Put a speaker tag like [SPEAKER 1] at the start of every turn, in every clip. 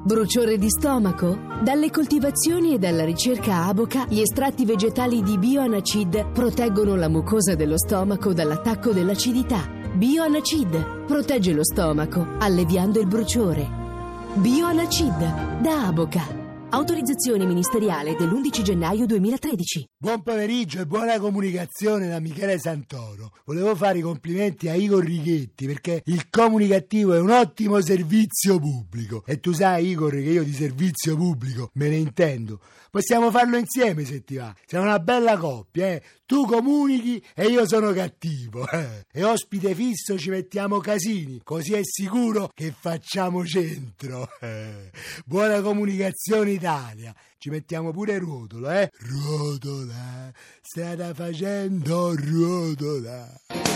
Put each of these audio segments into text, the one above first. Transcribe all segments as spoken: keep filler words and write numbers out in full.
[SPEAKER 1] Bruciore di stomaco? Dalle coltivazioni e dalla ricerca Aboca, gli estratti vegetali di Bioanacid proteggono la mucosa dello stomaco dall'attacco dell'acidità. Bioanacid protegge lo stomaco, alleviando il bruciore. Bioanacid da Aboca. Autorizzazione ministeriale dell'undici gennaio duemilatredici.
[SPEAKER 2] Buon pomeriggio e buona comunicazione da Michele Santoro. Volevo fare i complimenti a Igor Righetti perché il comunicativo è un ottimo servizio pubblico. E tu sai, Igor, che io di servizio pubblico me ne intendo. Possiamo farlo insieme se ti va. Siamo una bella coppia, eh? Tu comunichi e io sono cattivo. Eh? E ospite fisso ci mettiamo Casini, così è sicuro che facciamo centro. Eh? Buona comunicazione Italia. Ci mettiamo pure Ruotolo, eh? Ruotola, strada facendo ruotola.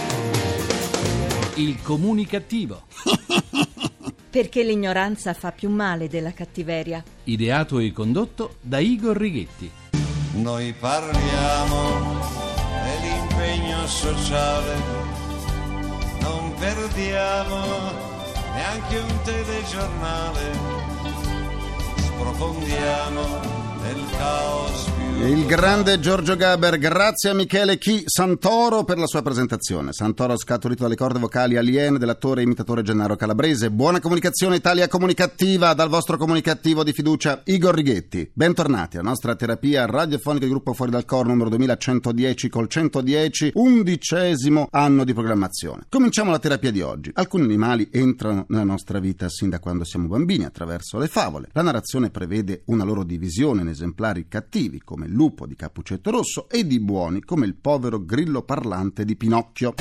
[SPEAKER 3] Il comunicativo.
[SPEAKER 4] Perché l'ignoranza fa più male della cattiveria.
[SPEAKER 3] Ideato e condotto da Igor Righetti.
[SPEAKER 5] Noi parliamo dell'impegno sociale, non perdiamo neanche un telegiornale, sprofondiamo nel caos più.
[SPEAKER 6] Il grande Giorgio Gaber, grazie a Michele Chi Santoro per la sua presentazione. Santoro scaturito dalle corde vocali aliene dell'attore e imitatore Gennaro Calabrese. Buona comunicazione Italia comunicativa dal vostro comunicativo di fiducia Igor Righetti. Bentornati alla nostra terapia radiofonica di Gruppo Fuori dal Coro numero duemilacentodieci col centodieci, undicesimo anno di programmazione. Cominciamo la terapia di oggi. Alcuni animali entrano nella nostra vita sin da quando siamo bambini attraverso le favole. La narrazione prevede una loro divisione in esemplari cattivi come il lupo di Cappuccetto Rosso e di buoni come il povero grillo parlante di Pinocchio.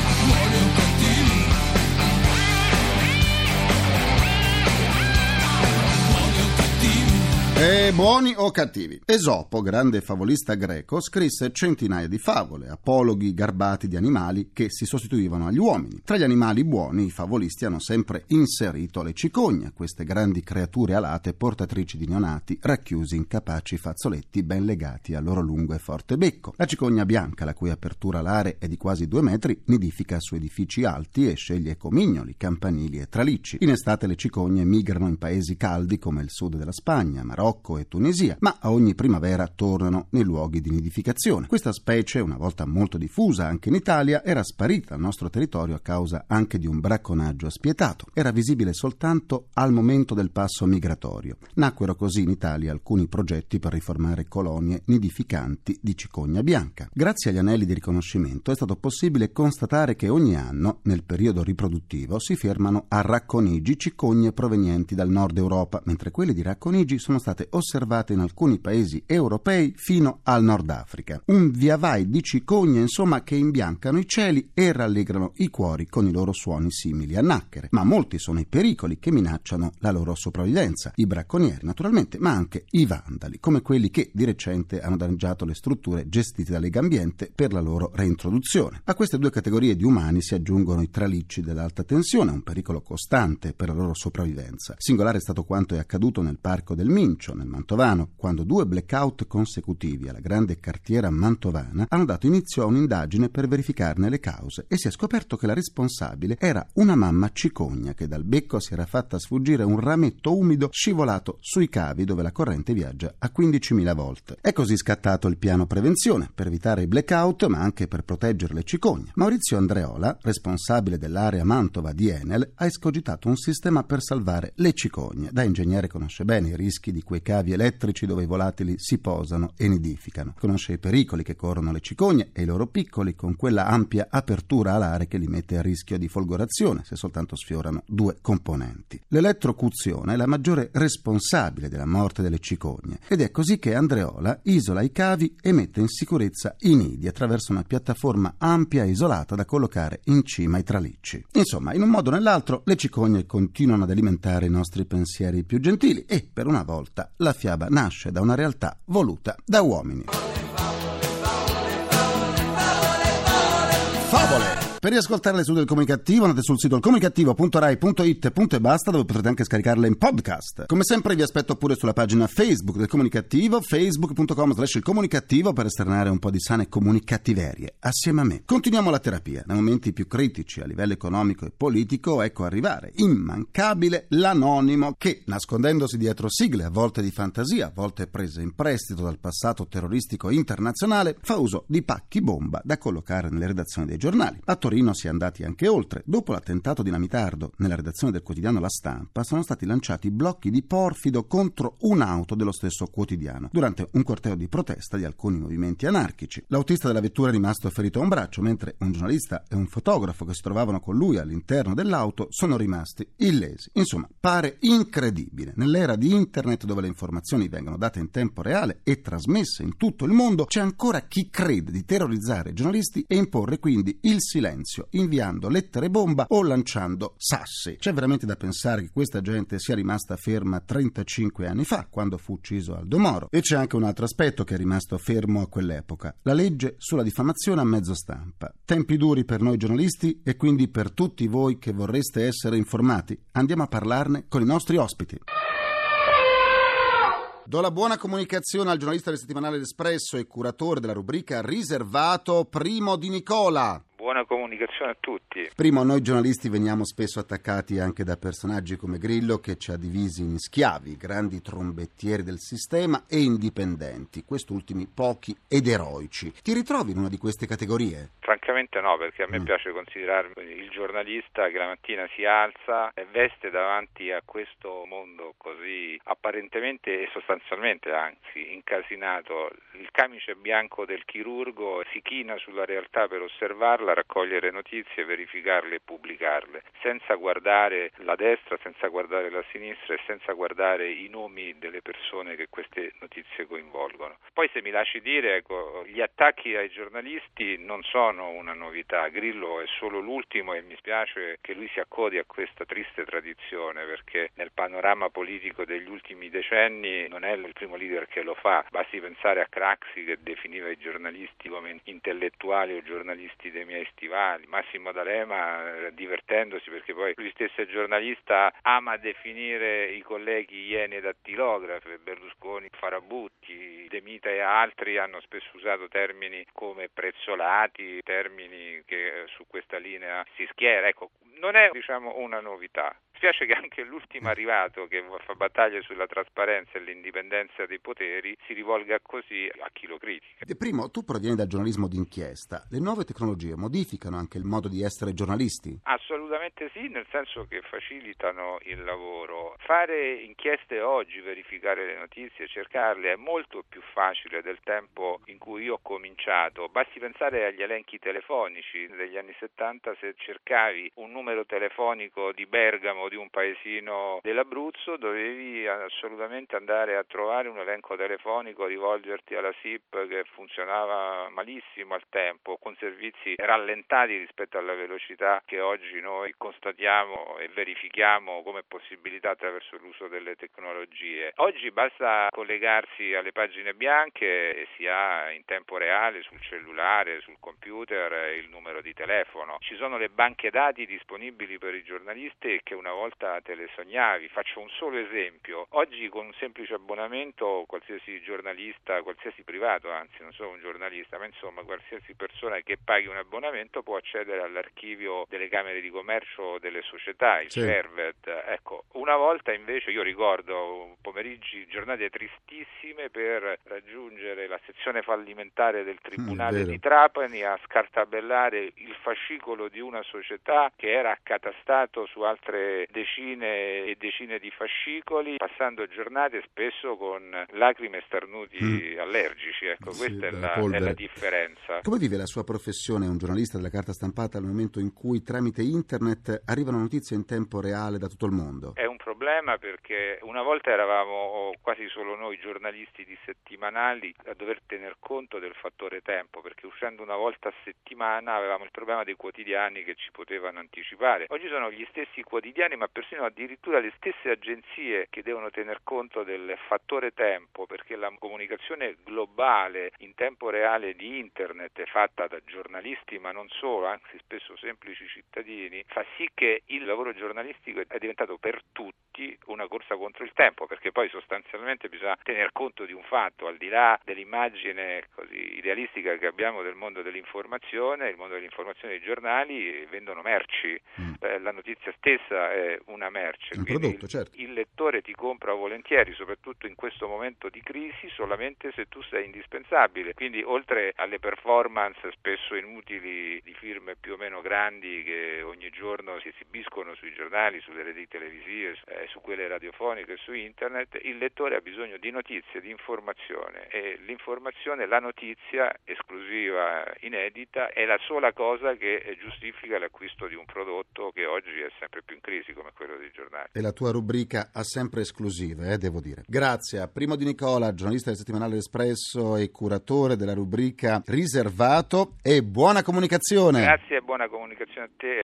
[SPEAKER 6] E buoni o cattivi? Esopo, grande favolista greco, scrisse centinaia di favole, apologhi garbati di animali che si sostituivano agli uomini. Tra gli animali buoni i favolisti hanno sempre inserito le cicogne, queste grandi creature alate portatrici di neonati racchiusi in capaci fazzoletti ben legati al loro lungo e forte becco. La cicogna bianca, la cui apertura alare è di quasi due metri, nidifica su edifici alti e sceglie comignoli, campanili e tralicci. In estate le cicogne migrano in paesi caldi come il sud della Spagna, Marocco e Tunisia, ma a ogni primavera tornano nei luoghi di nidificazione. Questa specie, una volta molto diffusa anche in Italia, era sparita dal nostro territorio a causa anche di un bracconaggio spietato. Era visibile soltanto al momento del passo migratorio. Nacquero così in Italia alcuni progetti per riformare colonie nidificanti di cicogna bianca. Grazie agli anelli di riconoscimento è stato possibile constatare che ogni anno, nel periodo riproduttivo, si fermano a Racconigi cicogne provenienti dal nord Europa, mentre quelle di Racconigi sono state osservate in alcuni paesi europei fino al Nord Africa. Un viavai di cicogne, insomma, che imbiancano i cieli e rallegrano i cuori con i loro suoni simili a nacchere. Ma molti sono i pericoli che minacciano la loro sopravvivenza. I bracconieri, naturalmente, ma anche i vandali, come quelli che di recente hanno danneggiato le strutture gestite da Legambiente per la loro reintroduzione. A queste due categorie di umani si aggiungono i tralicci dell'alta tensione, un pericolo costante per la loro sopravvivenza. Singolare è stato quanto è accaduto nel Parco del Mincio, nel Mantovano, quando due blackout consecutivi alla grande cartiera mantovana hanno dato inizio a un'indagine per verificarne le cause e si è scoperto che la responsabile era una mamma cicogna che dal becco si era fatta sfuggire un rametto umido scivolato sui cavi dove la corrente viaggia a quindicimila volt. È così scattato il piano prevenzione per evitare i blackout ma anche per proteggere le cicogne. Maurizio Andreola, responsabile dell'area Mantova di Enel, ha escogitato un sistema per salvare le cicogne. Da ingegnere conosce bene i rischi di quei cavi elettrici dove i volatili si posano e nidificano. Conosce i pericoli che corrono le cicogne e i loro piccoli con quella ampia apertura alare che li mette a rischio di folgorazione se soltanto sfiorano due componenti. L'elettrocuzione è la maggiore responsabile della morte delle cicogne ed è così che Andreola isola i cavi e mette in sicurezza i nidi attraverso una piattaforma ampia e isolata da collocare in cima ai tralicci. Insomma, in un modo o nell'altro le cicogne continuano ad alimentare i nostri pensieri più gentili e, per una volta, la fiaba nasce da una realtà voluta da uomini. Favole! Per riascoltare le sedute del Comunicativo andate sul sito comunicativo punto rai punto it punto e basta, dove potrete anche scaricarle in podcast. Come sempre vi aspetto pure sulla pagina Facebook del Comunicativo, facebook punto com slash il comunicativo, per esternare un po' di sane comunicattiverie assieme a me. Continuiamo la terapia. Nei momenti più critici a livello economico e politico, ecco arrivare immancabile l'anonimo che, nascondendosi dietro sigle a volte di fantasia, a volte prese in prestito dal passato terroristico internazionale, fa uso di pacchi bomba da collocare nelle redazioni dei giornali. A Torino si è andati anche oltre. Dopo l'attentato dinamitardo nella redazione del quotidiano La Stampa sono stati lanciati blocchi di porfido contro un'auto dello stesso quotidiano durante un corteo di protesta di alcuni movimenti anarchici. L'autista della vettura è rimasto ferito a un braccio, mentre un giornalista e un fotografo che si trovavano con lui all'interno dell'auto sono rimasti illesi. Insomma, pare incredibile. Nell'era di internet, dove le informazioni vengono date in tempo reale e trasmesse in tutto il mondo, c'è ancora chi crede di terrorizzare i giornalisti e imporre quindi il silenzio, inviando lettere bomba o lanciando sassi. C'è veramente da pensare che questa gente sia rimasta ferma trentacinque anni fa, quando fu ucciso Aldo Moro. E c'è anche un altro aspetto che è rimasto fermo a quell'epoca: la legge sulla diffamazione a mezzo stampa. Tempi duri per noi giornalisti e quindi per tutti voi che vorreste essere informati. Andiamo a parlarne con i nostri ospiti. Do la buona comunicazione al giornalista del settimanale L'Espresso e curatore della rubrica Riservato, Primo Di Nicola.
[SPEAKER 7] Buona comunicazione a tutti.
[SPEAKER 6] Primo, noi giornalisti veniamo spesso attaccati anche da personaggi come Grillo, che ci ha divisi in schiavi, grandi trombettieri del sistema e indipendenti, quest'ultimi pochi ed eroici. Ti ritrovi in una di queste categorie?
[SPEAKER 7] Francamente no, perché a me
[SPEAKER 6] mm.
[SPEAKER 7] piace considerarmi il giornalista che la mattina si alza e veste davanti a questo mondo così apparentemente e sostanzialmente, anzi, incasinato, il camice bianco del chirurgo, si china sulla realtà per osservarla, raccogliere notizie, verificarle e pubblicarle, senza guardare la destra, senza guardare la sinistra e senza guardare i nomi delle persone che queste notizie coinvolgono. Poi, se mi lasci dire, ecco, gli attacchi ai giornalisti non sono una novità. Grillo è solo l'ultimo e mi spiace che lui si accodi a questa triste tradizione, perché nel panorama politico degli ultimi decenni non è il primo leader che lo fa. Basti pensare a Craxi, che definiva i giornalisti come intellettuali o giornalisti dei miei stivali. Massimo D'Alema, divertendosi, perché poi lui stesso è giornalista, ama definire i colleghi iene dattilografe. Berlusconi, Farabutti, De Mita e altri hanno spesso usato termini come prezzolati, termini che su questa linea si schiera. Ecco, non è, diciamo, una novità. Spiace che anche l'ultimo arrivato, che fa battaglie sulla trasparenza e l'indipendenza dei poteri, si rivolga così a chi lo critica.
[SPEAKER 6] E primo, tu provieni dal giornalismo d'inchiesta. Le nuove tecnologie modificano anche il modo di essere giornalisti?
[SPEAKER 7] Assolutamente sì, nel senso che facilitano il lavoro. Fare inchieste oggi, verificare le notizie, cercarle, è molto più facile del tempo in cui io ho cominciato. Basti pensare agli elenchi telefonici degli anni settanta. Se cercavi un numero telefonico di Bergamo, di un paesino dell'Abruzzo, dovevi assolutamente andare a trovare un elenco telefonico, rivolgerti alla S I P, che funzionava malissimo al tempo, con servizi rallentati rispetto alla velocità che oggi noi constatiamo e verifichiamo come possibilità attraverso l'uso delle tecnologie. Oggi basta collegarsi alle pagine bianche e si ha in tempo reale sul cellulare, sul computer, il numero di telefono. Ci sono le banche dati disponibili per i giornalisti che una volta te le sognavi. Faccio un solo esempio: oggi con un semplice abbonamento qualsiasi giornalista, qualsiasi privato, anzi non solo un giornalista, ma insomma qualsiasi persona che paghi un abbonamento può accedere all'archivio delle camere di commercio delle società, il
[SPEAKER 6] sì.
[SPEAKER 7] Servet. Ecco, una volta invece, io ricordo pomeriggi, giornate tristissime per raggiungere la sezione fallimentare del Tribunale
[SPEAKER 6] mm,
[SPEAKER 7] di Trapani a scartabellare il fascicolo di una società che era accatastato su altre decine e decine di fascicoli, passando giornate spesso con lacrime e starnuti mm. allergici. Ecco,
[SPEAKER 6] sì,
[SPEAKER 7] questa è la, è la differenza.
[SPEAKER 6] Come vive la sua professione, un giornalista della carta stampata, al momento in cui tramite internet arrivano notizie in tempo reale da tutto il mondo?
[SPEAKER 7] È un problema problema perché una volta eravamo quasi solo noi giornalisti di settimanali a dover tener conto del fattore tempo, perché uscendo una volta a settimana avevamo il problema dei quotidiani che ci potevano anticipare. Oggi sono gli stessi quotidiani, ma persino addirittura le stesse agenzie che devono tener conto del fattore tempo, perché la comunicazione globale in tempo reale di internet è fatta da giornalisti, ma non solo, anzi spesso semplici cittadini, fa sì che il lavoro giornalistico è diventato per tutti una corsa contro il tempo, perché poi sostanzialmente bisogna tener conto di un fatto, al di là dell'immagine così idealistica che abbiamo del mondo dell'informazione. Il mondo dell'informazione dei giornali vendono merci, mm. eh, la notizia stessa è una merce,
[SPEAKER 6] un prodotto,
[SPEAKER 7] il,
[SPEAKER 6] certo.
[SPEAKER 7] il lettore ti compra volentieri, soprattutto in questo momento di crisi, solamente se tu sei indispensabile. Quindi oltre alle performance spesso inutili di firme più o meno grandi che ogni giorno si esibiscono sui giornali, sulle reti televisive, eh, su quelle radiofoniche, su internet, il lettore ha bisogno di notizie, di informazione, e l'informazione, la notizia esclusiva, inedita, è la sola cosa che giustifica l'acquisto di un prodotto che oggi è sempre più in crisi come quello dei giornali.
[SPEAKER 6] E la tua rubrica ha sempre esclusive, eh, devo dire. Grazie a Primo Di Nicola, giornalista del settimanale L'Espresso e curatore della rubrica Riservato, e buona comunicazione.
[SPEAKER 7] Grazie e buona comunicazione a te.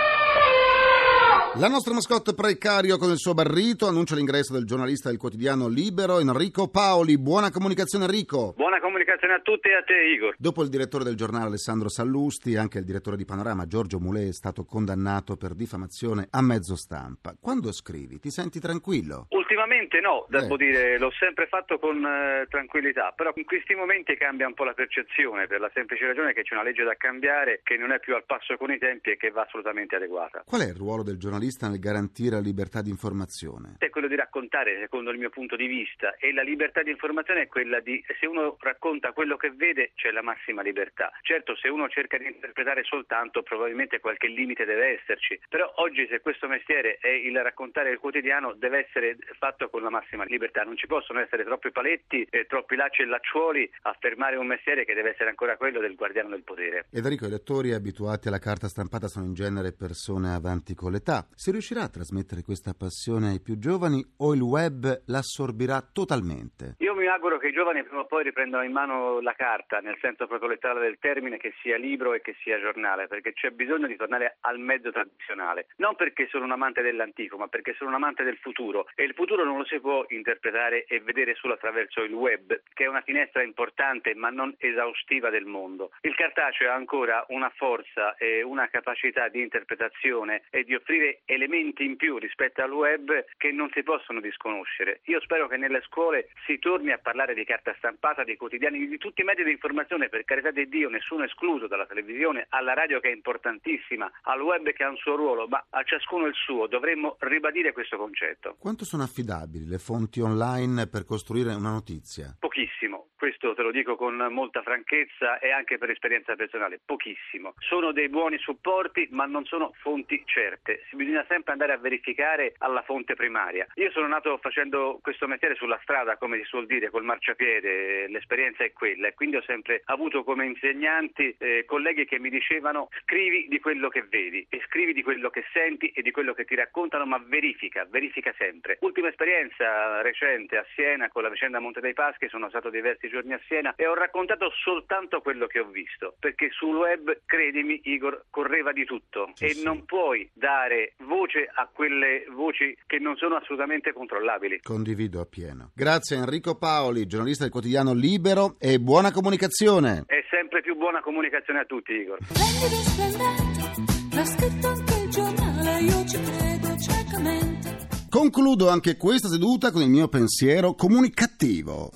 [SPEAKER 6] La nostra mascotte precario con il suo barrito annuncia l'ingresso del giornalista del quotidiano Libero, Enrico Paoli. Buona comunicazione, Enrico.
[SPEAKER 8] Buona comunicazione a tutti e a te, Igor.
[SPEAKER 6] Dopo il direttore del giornale Alessandro Sallusti, anche il direttore di Panorama Giorgio Mulè è stato condannato per diffamazione a mezzo stampa. Quando scrivi ti senti tranquillo?
[SPEAKER 8] Ultimamente no, devo
[SPEAKER 6] eh.
[SPEAKER 8] dire, l'ho sempre fatto con eh, tranquillità, però in questi momenti cambia un po' la percezione, per la semplice ragione che c'è una legge da cambiare che non è più al passo con i tempi e che va assolutamente adeguata.
[SPEAKER 6] Qual è il ruolo del giornalista nel garantire la libertà di informazione?
[SPEAKER 8] È quello di raccontare, secondo il mio punto di vista, e la libertà di informazione è quella di, se uno racconta quello che vede, c'è la massima libertà. Certo, se uno cerca di interpretare soltanto, probabilmente qualche limite deve esserci, però oggi, se questo mestiere è il raccontare il quotidiano, deve essere fatto con la massima libertà. Non ci possono essere troppi paletti e troppi lacci e lacciuoli a fermare un mestiere che deve essere ancora quello del guardiano del potere.
[SPEAKER 6] Ed Enrico, i lettori abituati alla carta stampata sono in genere persone avanti con l'età. Si riuscirà a trasmettere questa passione ai più giovani o il web l'assorbirà totalmente?
[SPEAKER 8] Io mi auguro che i giovani prima o poi riprendano in mano la carta, nel senso proprio letterale del termine, che sia libro e che sia giornale, perché c'è bisogno di tornare al mezzo tradizionale. Non perché sono un amante dell'antico, ma perché sono un amante del futuro, e il futuro non lo si può interpretare e vedere solo attraverso il web, che è una finestra importante ma non esaustiva del mondo. Il cartaceo ha ancora una forza e una capacità di interpretazione e di offrire elementi in più rispetto al web che non si possono disconoscere. Io spero che nelle scuole si torni a parlare di carta stampata, di quotidiani, di tutti i mezzi di informazione, per carità di Dio, nessuno escluso, dalla televisione alla radio, che è importantissima, al web che ha un suo ruolo, ma a ciascuno il suo. Dovremmo ribadire questo concetto.
[SPEAKER 6] Quanto sono affidabili le fonti online per costruire una notizia?
[SPEAKER 8] Pochissimo. Questo te lo dico con molta franchezza e anche per esperienza personale, pochissimo. Sono dei buoni supporti, ma non sono fonti certe. Bisogna sempre andare a verificare alla fonte primaria. Io sono nato facendo questo mestiere sulla strada, come si suol dire, col marciapiede, l'esperienza è quella, e quindi ho sempre avuto come insegnanti eh, colleghi che mi dicevano: scrivi di quello che vedi e scrivi di quello che senti e di quello che ti raccontano, ma verifica, verifica sempre. Ultima esperienza recente a Siena con la vicenda Monte dei Paschi, sono stato diversi giorni a Siena e ho raccontato soltanto quello che ho visto, perché sul web, credimi Igor, correva di tutto, sì, e sì. Non puoi dare voce a quelle voci che non sono assolutamente controllabili.
[SPEAKER 6] Condivido appieno. Grazie Enrico Paoli, giornalista del quotidiano Libero, e buona comunicazione.
[SPEAKER 8] È sempre più buona comunicazione a tutti, Igor.
[SPEAKER 9] Prendi risplendente, l'ha scritto anche il giornale, io ci credo ciecamente.
[SPEAKER 6] Concludo anche questa seduta con il mio pensiero comunicativo.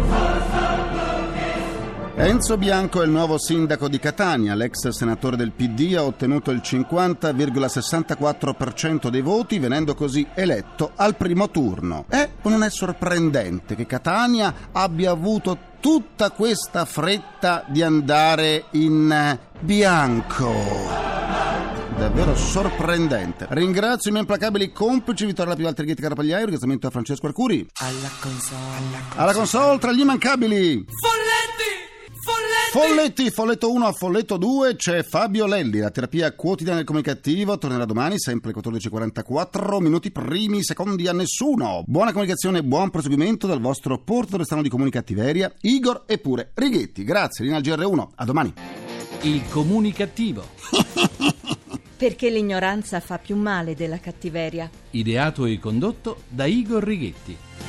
[SPEAKER 6] Enzo Bianco è il nuovo sindaco di Catania. L'ex senatore del P D ha ottenuto il cinquanta virgola sessantaquattro per cento dei voti, venendo così eletto al primo turno. È o non è sorprendente che Catania abbia avuto tutta questa fretta di andare in bianco? Davvero sorprendente. Ringrazio i miei implacabili complici Vittorio La Pivaltri, Ghetti Carapagliaio, ringraziamento a Francesco Arcuri.
[SPEAKER 9] Alla console.
[SPEAKER 6] Alla console tra gli immancabili
[SPEAKER 9] Folletti! Folletti!
[SPEAKER 6] Folletti, Folletto uno a Folletto due c'è Fabio Lelli, la terapia quotidiana del comunicativo tornerà domani sempre quattordici e quarantaquattro minuti primi secondi a nessuno. Buona comunicazione e buon proseguimento dal vostro porto restano di comunicattiveria Igor e pure Righetti. Grazie, linea al G R uno, a domani.
[SPEAKER 3] Il comunicativo.
[SPEAKER 4] Perché l'ignoranza fa più male della cattiveria.
[SPEAKER 3] Ideato e condotto da Igor Righetti.